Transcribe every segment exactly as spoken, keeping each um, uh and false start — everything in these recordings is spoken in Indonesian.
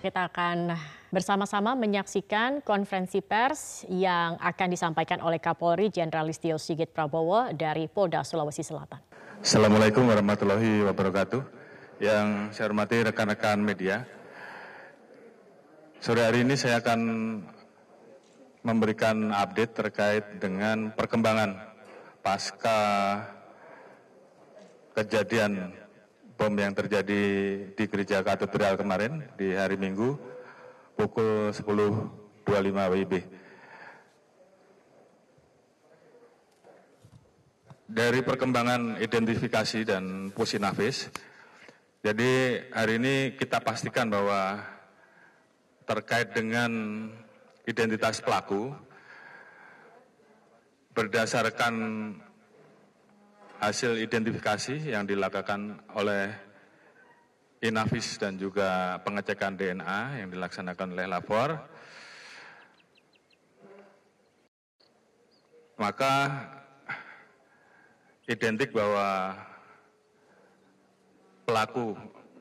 kita akan bersama-sama menyaksikan konferensi pers yang akan disampaikan oleh Kapolri Jenderal Listio Sigit Prabowo dari Polda Sulawesi Selatan. Assalamualaikum warahmatullahi wabarakatuh. Yang saya hormati rekan-rekan media, sore hari ini saya akan memberikan update terkait dengan perkembangan pasca kejadian bom yang terjadi di Gereja Katedral kemarin di hari Minggu pukul sepuluh dua puluh lima W I B. Dari perkembangan identifikasi dan pusinafis, jadi hari ini kita pastikan bahwa terkait dengan identitas pelaku, berdasarkan hasil identifikasi yang dilakukan oleh Inafis dan juga pengecekan D N A yang dilaksanakan oleh lapor, maka identik bahwa pelaku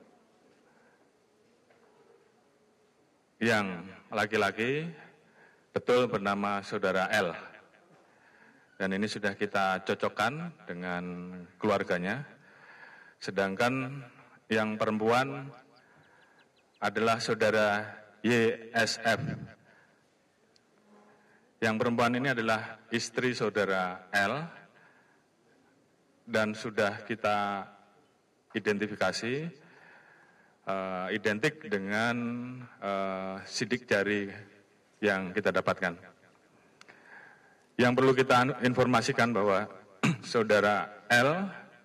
yang laki-laki betul bernama saudara L. Dan ini sudah kita cocokkan dengan keluarganya. Sedangkan yang perempuan adalah saudara Y S F. Yang perempuan ini adalah istri saudara L dan sudah kita identifikasi uh, identik dengan uh, sidik jari yang kita dapatkan. Yang perlu kita informasikan bahwa saudara L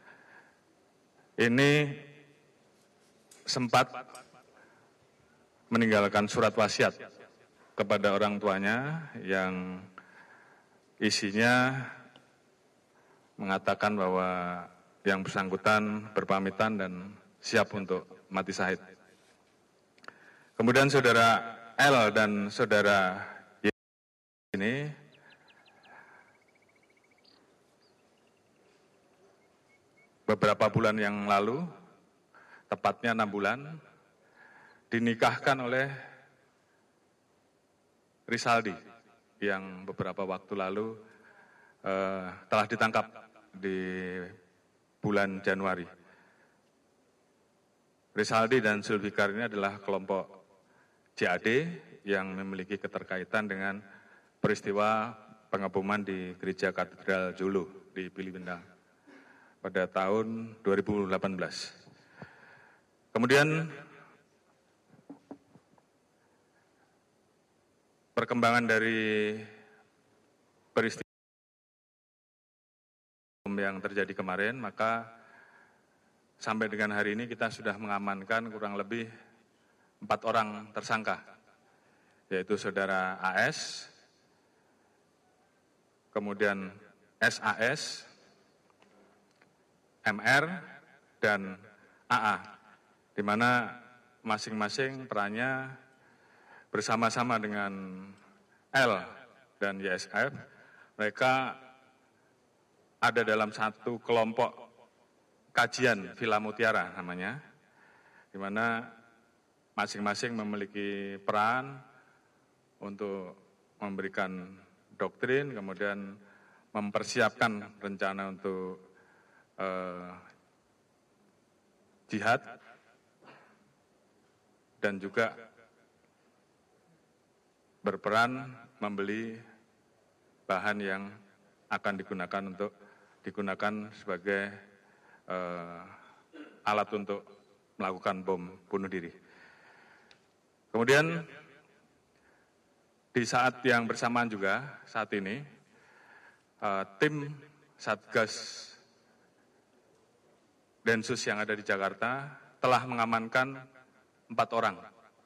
ini sempat meninggalkan surat wasiat kepada orang tuanya yang isinya mengatakan bahwa yang bersangkutan berpamitan dan siap untuk mati syahid. Kemudian saudara L dan saudara Y ini beberapa bulan yang lalu, tepatnya enam bulan, dinikahkan oleh Risaldi yang beberapa waktu lalu eh, telah ditangkap di bulan Januari. Risaldi dan Zulfikar ini adalah kelompok J A D yang memiliki keterkaitan dengan peristiwa pengeboman di Gereja Katedral Jolo di Pilibendang pada tahun dua ribu delapan belas. Kemudian perkembangan dari peristiwa yang terjadi kemarin, maka sampai dengan hari ini kita sudah mengamankan kurang lebih empat orang tersangka, yaitu saudara A S, kemudian S A S, M R, dan A A, di mana masing-masing perannya bersama-sama dengan L dan Y S F, mereka ada dalam satu kelompok kajian Villa Mutiara namanya, di mana masing-masing memiliki peran untuk memberikan doktrin, kemudian mempersiapkan rencana untuk Uh, jihad dan juga berperan membeli bahan yang akan digunakan untuk digunakan sebagai uh, alat untuk melakukan bom bunuh diri. Kemudian di saat yang bersamaan juga saat ini uh, tim Satgas Densus yang ada di Jakarta telah mengamankan empat orang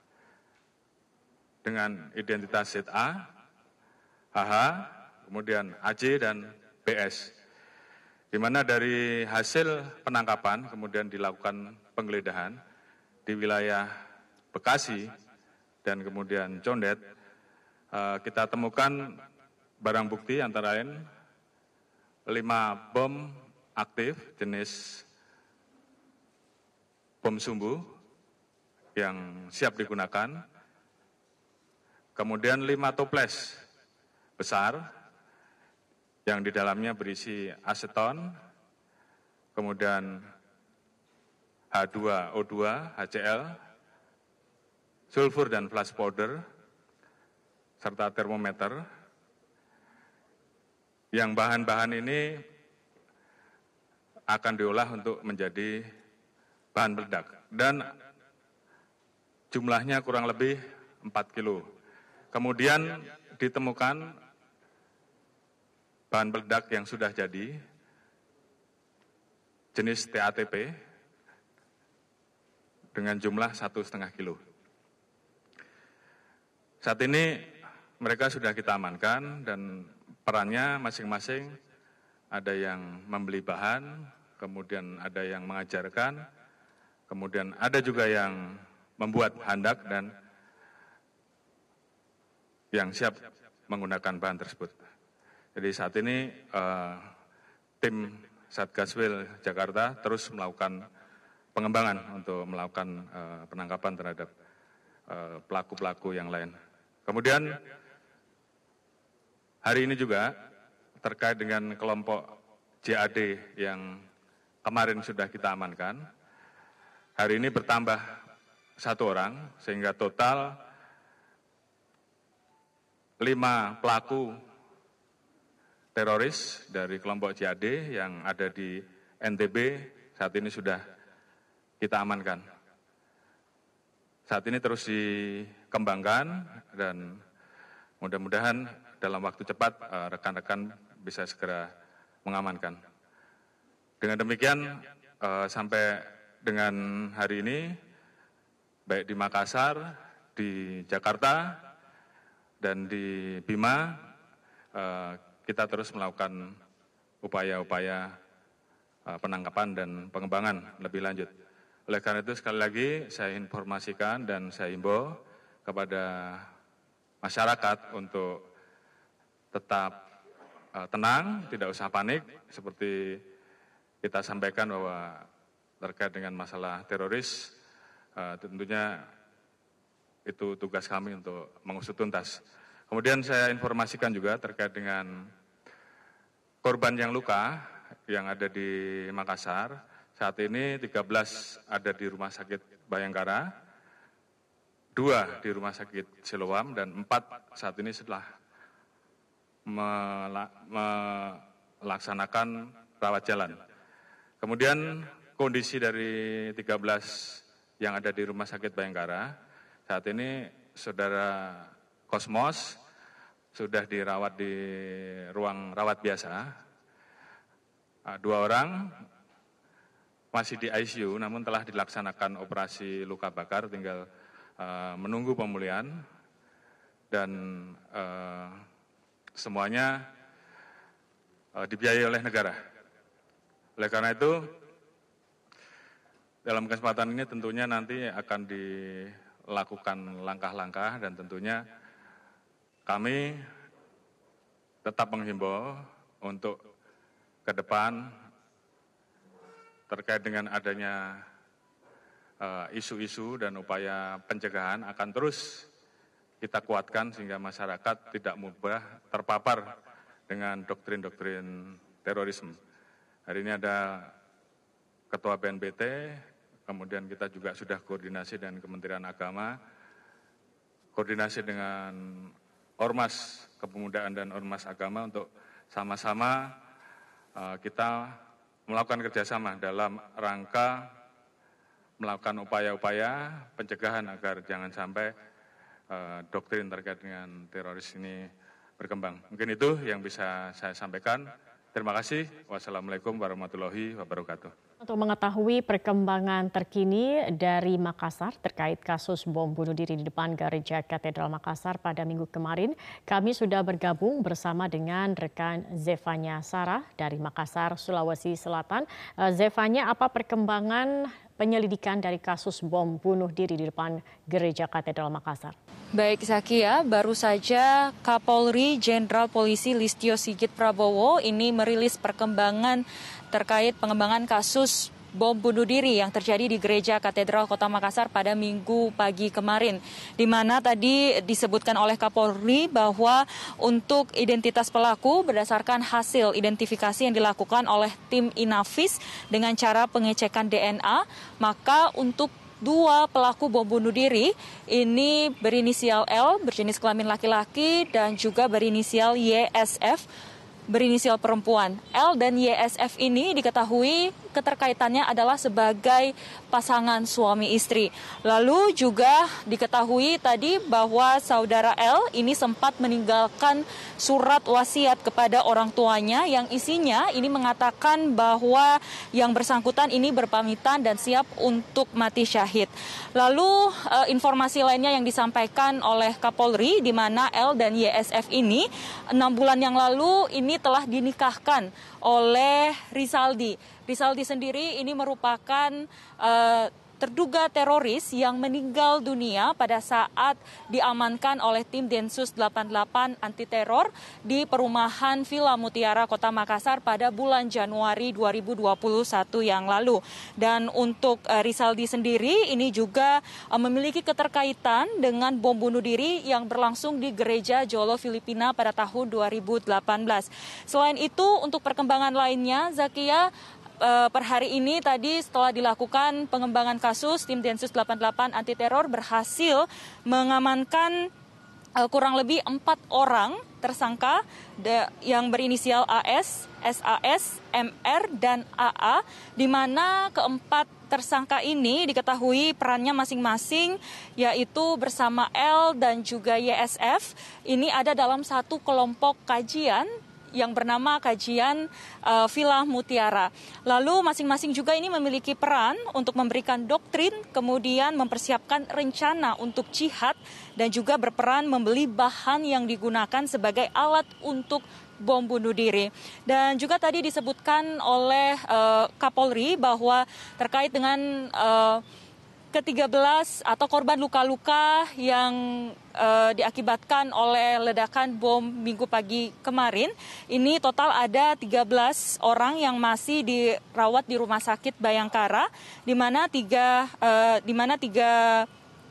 dengan identitas Z A, H H, kemudian A J dan B S. Di mana dari hasil penangkapan kemudian dilakukan penggeledahan di wilayah Bekasi dan kemudian Condet, kita temukan barang bukti antara lain lima bom aktif jenis bom sumbu yang siap digunakan, kemudian lima toples besar yang di dalamnya berisi aseton, kemudian H dua O dua, H C L, sulfur dan flash powder, serta termometer. Yang bahan-bahan ini akan diolah untuk menjadi bahan peledak. Dan jumlahnya kurang lebih empat kilo. Kemudian ditemukan bahan peledak yang sudah jadi, jenis T A T P, dengan jumlah satu setengah kilo. Saat ini mereka sudah kita amankan dan perannya masing-masing, ada yang membeli bahan, kemudian ada yang mengajarkan, kemudian ada juga yang membuat handak dan yang siap menggunakan bahan tersebut. Jadi saat ini uh, tim Satgaswil Jakarta terus melakukan pengembangan untuk melakukan uh, penangkapan terhadap pelaku-pelaku uh, yang lain. Kemudian hari ini juga terkait dengan kelompok J A D yang kemarin sudah kita amankan, hari ini bertambah satu orang sehingga total lima pelaku teroris dari kelompok J A D yang ada di N T B saat ini sudah kita amankan. Saat ini terus dikembangkan dan mudah-mudahan dalam waktu cepat rekan-rekan bisa segera mengamankan. Dengan demikian sampai dengan hari ini, baik di Makassar, di Jakarta, dan di Bima, kita terus melakukan upaya-upaya penangkapan dan pengembangan lebih lanjut. Oleh karena itu sekali lagi saya informasikan dan saya himbau kepada masyarakat untuk tetap uh, tenang, tidak usah panik, seperti kita sampaikan bahwa terkait dengan masalah teroris, uh, tentunya itu tugas kami untuk mengusut tuntas. Kemudian saya informasikan juga terkait dengan korban yang luka yang ada di Makassar. Saat ini tiga belas ada di Rumah Sakit Bayangkara, dua di Rumah Sakit Siloam, dan empat saat ini setelah melaksanakan rawat jalan. Kemudian kondisi dari tiga belas yang ada di Rumah Sakit Bayangkara, saat ini saudara Kosmos sudah dirawat di ruang rawat biasa, dua orang masih di I C U, namun telah dilaksanakan operasi luka bakar, tinggal uh, menunggu pemulihan, dan uh, semuanya uh, dibiayai oleh negara. Oleh karena itu, dalam kesempatan ini tentunya nanti akan dilakukan langkah-langkah, dan tentunya kami tetap menghimbau untuk ke depan terkait dengan adanya isu-isu uh, dan upaya pencegahan akan terus kita kuatkan sehingga masyarakat tidak mudah terpapar dengan doktrin-doktrin terorisme. Hari ini ada Ketua B N P T, kemudian kita juga sudah koordinasi dengan Kementerian Agama, koordinasi dengan Ormas Kepemudaan dan Ormas Agama untuk sama-sama uh, kita melakukan kerjasama dalam rangka melakukan upaya-upaya pencegahan agar jangan sampai uh, doktrin terkait dengan teroris ini berkembang. Mungkin itu yang bisa saya sampaikan. Terima kasih. Wassalamualaikum warahmatullahi wabarakatuh. Untuk mengetahui perkembangan terkini dari Makassar terkait kasus bom bunuh diri di depan Gereja Katedral Makassar pada minggu kemarin, kami sudah bergabung bersama dengan rekan Zefanya Sarah dari Makassar, Sulawesi Selatan. Zefanya, apa perkembangan penyelidikan dari kasus bom bunuh diri di depan Gereja Katedral Makassar? Baik, Zakia, baru saja Kapolri Jenderal Polisi Listio Sigit Prabowo ini merilis perkembangan terkait pengembangan kasus bom bunuh diri yang terjadi di Gereja Katedral Kota Makassar pada Minggu pagi kemarin, di mana tadi disebutkan oleh Kapolri bahwa untuk identitas pelaku berdasarkan hasil identifikasi yang dilakukan oleh tim Inavis dengan cara pengecekan D N A, maka untuk dua pelaku bom bunuh diri ini berinisial L, berjenis kelamin laki-laki, dan juga berinisial Y S F, berinisial perempuan. L dan Y S F ini diketahui keterkaitannya adalah sebagai pasangan suami istri. Lalu juga diketahui tadi bahwa saudara L ini sempat meninggalkan surat wasiat kepada orang tuanya yang isinya ini mengatakan bahwa yang bersangkutan ini berpamitan dan siap untuk mati syahid. Lalu eh, informasi lainnya yang disampaikan oleh Kapolri di mana L dan Y S F ini enam bulan yang lalu ini telah dinikahkan oleh Rizaldi. Rizaldi sendiri ini merupakan uh, terduga teroris yang meninggal dunia pada saat diamankan oleh tim Densus delapan puluh delapan anti teror di perumahan Villa Mutiara Kota Makassar pada bulan Januari dua ribu dua puluh satu yang lalu. Dan untuk uh, Rizaldi sendiri ini juga uh, memiliki keterkaitan dengan bom bunuh diri yang berlangsung di Gereja Jolo Filipina pada tahun dua ribu delapan belas. Selain itu untuk perkembangan lainnya, Zakia, per hari ini tadi setelah dilakukan pengembangan kasus, tim Densus delapan puluh delapan anti teror berhasil mengamankan uh, kurang lebih empat orang tersangka de, yang berinisial A S, S A S, M R, dan A A, di mana keempat tersangka ini diketahui perannya masing-masing, yaitu bersama L dan juga Y S F. Ini ada dalam satu kelompok kajian yang bernama Kajian uh, Villa Mutiara. Lalu masing-masing juga ini memiliki peran untuk memberikan doktrin, kemudian mempersiapkan rencana untuk jihad, dan juga berperan membeli bahan yang digunakan sebagai alat untuk bom bunuh diri. Dan juga tadi disebutkan oleh uh, Kapolri bahwa terkait dengan uh, ke tiga belas atau korban luka-luka yang uh, diakibatkan oleh ledakan bom minggu pagi kemarin, ini total ada tiga belas orang yang masih dirawat di Rumah Sakit Bayangkara, di mana tiga uh, di mana tiga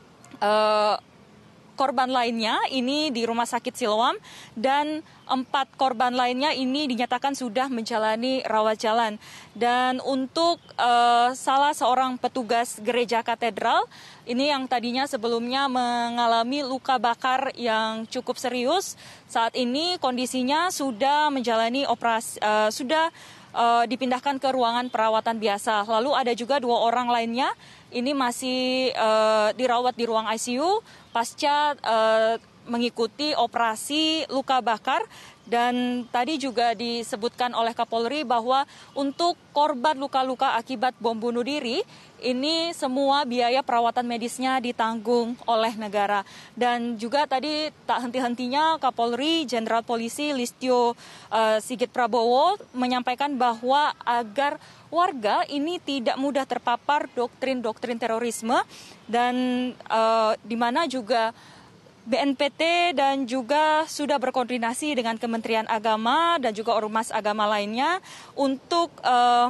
uh, korban lainnya ini di Rumah Sakit Siloam, dan empat korban lainnya ini dinyatakan sudah menjalani rawat jalan. Dan untuk uh, salah seorang petugas gereja katedral ini yang tadinya sebelumnya mengalami luka bakar yang cukup serius, saat ini kondisinya sudah menjalani operasi, uh, sudah uh, dipindahkan ke ruangan perawatan biasa. Lalu ada juga dua orang lainnya ini masih uh, dirawat di ruang I C U pasca uh, mengikuti operasi luka bakar. Dan tadi juga disebutkan oleh Kapolri bahwa untuk korban luka-luka akibat bom bunuh diri, ini semua biaya perawatan medisnya ditanggung oleh negara. Dan juga tadi tak henti-hentinya Kapolri Jenderal Polisi Listio uh, Sigit Prabowo menyampaikan bahwa agar warga ini tidak mudah terpapar doktrin-doktrin terorisme, dan uh, di mana juga B N P T dan juga sudah berkoordinasi dengan Kementerian Agama dan juga ormas agama lainnya untuk uh,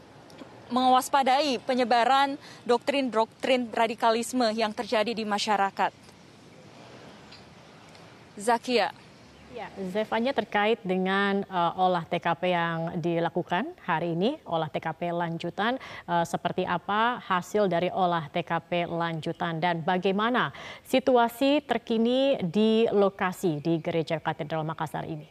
mewaspadai penyebaran doktrin-doktrin radikalisme yang terjadi di masyarakat. Zakia. Ya, Zevanya, terkait dengan uh, olah T K P yang dilakukan hari ini, olah T K P lanjutan, uh, seperti apa hasil dari olah T K P lanjutan dan bagaimana situasi terkini di lokasi di Gereja Katedral Makassar ini?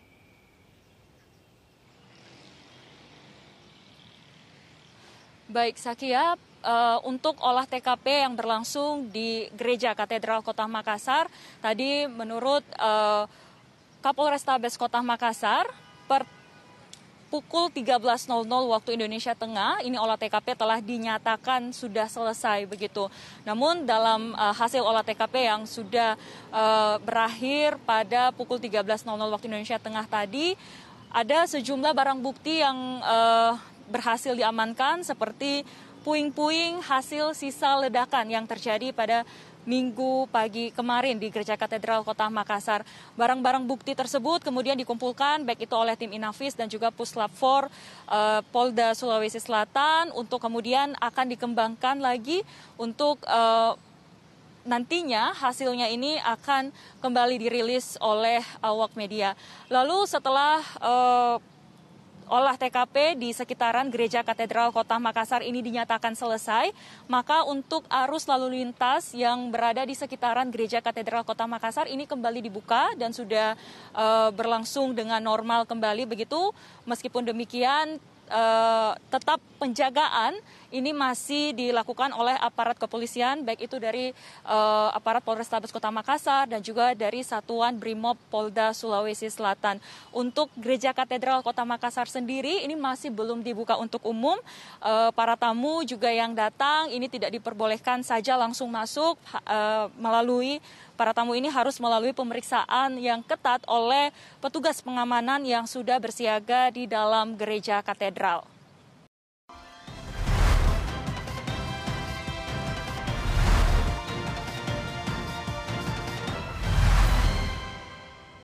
Baik, Sakia, uh, untuk olah T K P yang berlangsung di Gereja Katedral Kota Makassar, tadi menurut uh, Kapolrestabes Kota Makassar, per pukul tiga belas waktu Indonesia Tengah, ini olah T K P telah dinyatakan sudah selesai begitu. Namun dalam uh, hasil olah T K P yang sudah uh, berakhir pada pukul tiga belas waktu Indonesia Tengah tadi, ada sejumlah barang bukti yang uh, berhasil diamankan seperti puing-puing hasil sisa ledakan yang terjadi pada Minggu pagi kemarin di Gereja Katedral Kota Makassar. Barang-barang bukti tersebut kemudian dikumpulkan baik itu oleh tim Inafis dan juga Puslap empat uh, Polda Sulawesi Selatan untuk kemudian akan dikembangkan lagi untuk uh, nantinya hasilnya ini akan kembali dirilis oleh awak media. Lalu setelah uh, olah T K P di sekitaran Gereja Katedral Kota Makassar ini dinyatakan selesai, maka untuk arus lalu lintas yang berada di sekitaran Gereja Katedral Kota Makassar ini kembali dibuka dan sudah uh, berlangsung dengan normal kembali begitu. Meskipun demikian, Uh, tetap penjagaan ini masih dilakukan oleh aparat kepolisian, baik itu dari uh, aparat Polrestabes Kota Makassar dan juga dari Satuan Brimob Polda Sulawesi Selatan. Untuk Gereja Katedral Kota Makassar sendiri ini masih belum dibuka untuk umum. Uh, para tamu juga yang datang ini tidak diperbolehkan saja langsung masuk uh, melalui Para tamu ini harus melalui pemeriksaan yang ketat oleh petugas pengamanan yang sudah bersiaga di dalam gereja katedral.